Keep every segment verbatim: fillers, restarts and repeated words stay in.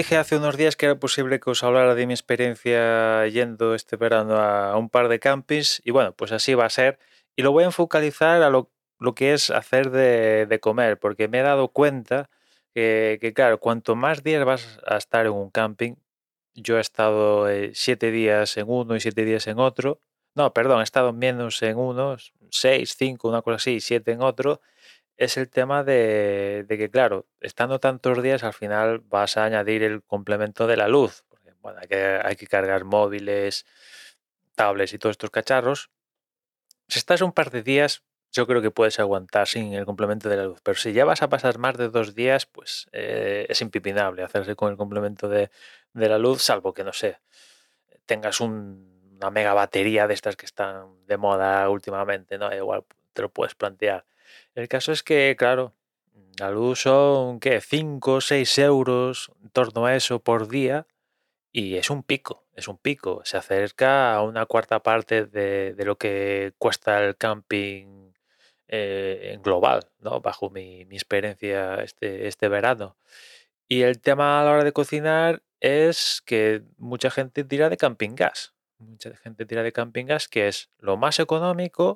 dije hace unos días que era posible que os hablara de mi experiencia yendo este verano a un par de campings y bueno, pues así va a ser. Y lo voy a focalizar a lo, lo que es hacer de, de comer, porque me he dado cuenta que, que, claro, cuanto más días vas a estar en un camping, yo he estado eh, siete días en uno y siete días en otro. No, perdón, he estado menos en uno, seis, cinco, una cosa así, siete en otro. Es el tema de, de que, claro, estando tantos días, al final vas a añadir el complemento de la luz. Porque, bueno, hay que, hay que cargar móviles, tablets y todos estos cacharros. Si estás un par de días, yo creo que puedes aguantar sin el complemento de la luz. Pero si ya vas a pasar más de dos días, pues eh, es impipinable hacerse con el complemento de, de la luz, salvo que, no sé, tengas un- una mega batería de estas que están de moda últimamente, ¿no? Igual te lo puedes plantear. El caso es que, claro, la luz son, ¿qué? Cinco o seis euros en torno a eso por día y es un pico, es un pico. Se acerca a una cuarta parte de, de lo que cuesta el camping eh, en global, ¿no? Bajo mi, mi experiencia este, este verano. Y el tema a la hora de cocinar es que mucha gente tira de camping gas. Mucha gente tira de camping gas, que es lo más económico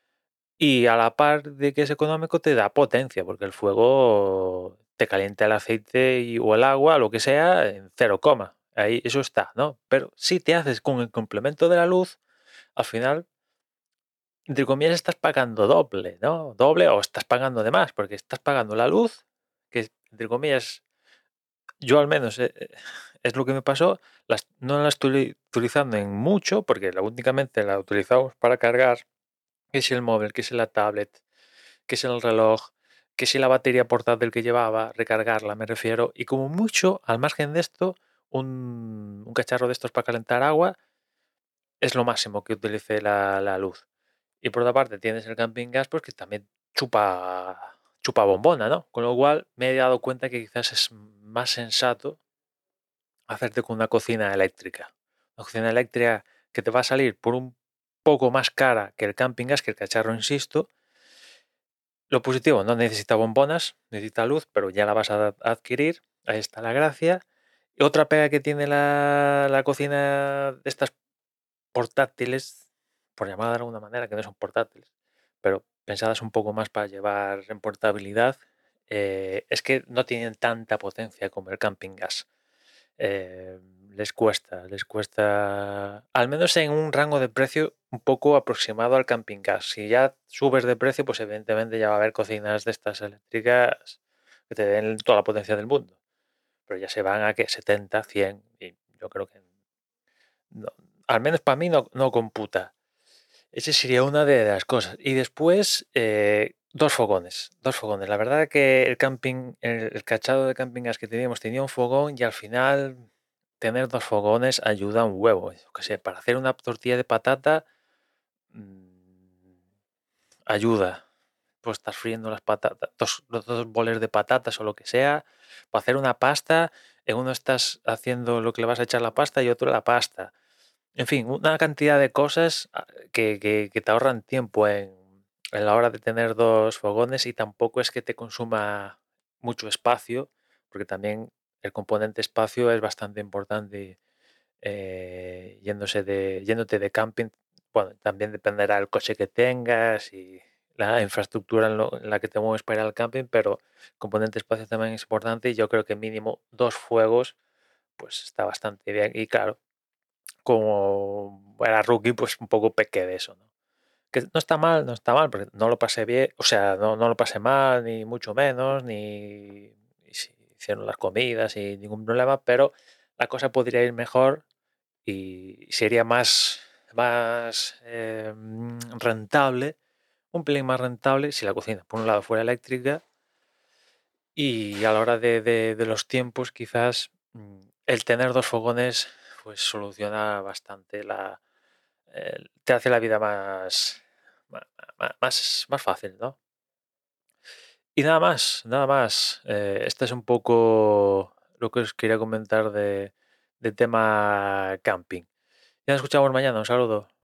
y a la par de que es económico te da potencia, porque el fuego te calienta el aceite y, o el agua, lo que sea, en cero coma. Ahí eso está, ¿no? Pero si te haces con el complemento de la luz, al final, entre comillas, estás pagando doble, ¿no? Doble o estás pagando de más, porque estás pagando la luz, que entre comillas yo al menos eh, eh, es lo que me pasó, las, no la estoy utilizando en mucho porque la, únicamente la utilizamos para cargar, que si el móvil, que si la tablet, que si el reloj, que si la batería portátil que llevaba, recargarla me refiero, y como mucho, al margen de esto, un, un cacharro de estos para calentar agua es lo máximo que utilice la, la luz. Y por otra parte tienes el camping gas pues que también chupa, chupa bombona, ¿no? Con lo cual me he dado cuenta que quizás es más sensato hacerte con una cocina eléctrica. Una cocina eléctrica que te va a salir por un poco más cara que el camping gas, que el cacharro, insisto. Lo positivo, no necesita bombonas, necesita luz, pero ya la vas a adquirir. Ahí está la gracia. Y otra pega que tiene la, la cocina de estas portátiles, por llamar de alguna manera, que no son portátiles, pero pensadas un poco más para llevar en portabilidad, eh, es que no tienen tanta potencia como el camping gas. Eh, les cuesta, les cuesta, al menos en un rango de precio un poco aproximado al camping gas. Si ya subes de precio, pues evidentemente ya va a haber cocinas de estas eléctricas que te den toda la potencia del mundo. Pero ya se van a que setenta, cien, y yo creo que no, al menos para mí no, no computa. Esa sería una de las cosas. Y después, eh, dos fogones. Dos fogones. La verdad que el camping, el, el cachado de camping gas que teníamos tenía un fogón y al final tener dos fogones ayuda un huevo. Yo qué sé, para hacer una tortilla de patata mmm, ayuda. Pues estás friendo las patatas, dos, dos boles de patatas o lo que sea, para hacer una pasta, en uno estás haciendo lo que le vas a echar la pasta y otro la pasta. En fin, una cantidad de cosas ah, que, que- que te ahorran tiempo en, en la hora de tener dos fogones y tampoco es que te consuma mucho espacio, porque también el componente espacio es bastante importante eh, yéndose de, yéndote de camping. Bueno, también dependerá del coche que tengas y la infraestructura en, lo- en la que te mueves para ir al camping, pero el componente espacio también es importante y yo creo que mínimo dos fuegos pues está bastante bien. Y claro, como era rookie, pues un poco pequé de eso, ¿no? Que no está mal, no está mal, porque no lo pasé bien, o sea, no, no lo pasé mal, ni mucho menos, ni, ni si hicieron las comidas y ningún problema, pero la cosa podría ir mejor y sería más, más eh, rentable, un pelín más rentable si la cocina, por un lado, fuera eléctrica y a la hora de, de- de los tiempos, quizás mm, el tener dos fogones pues soluciona bastante la, el- te hace la vida más, ma- ma- más, más fácil, ¿no? Y nada más, nada más. Eh, este es un poco lo que os quería comentar de, de tema camping. Ya nos escuchamos mañana, un saludo.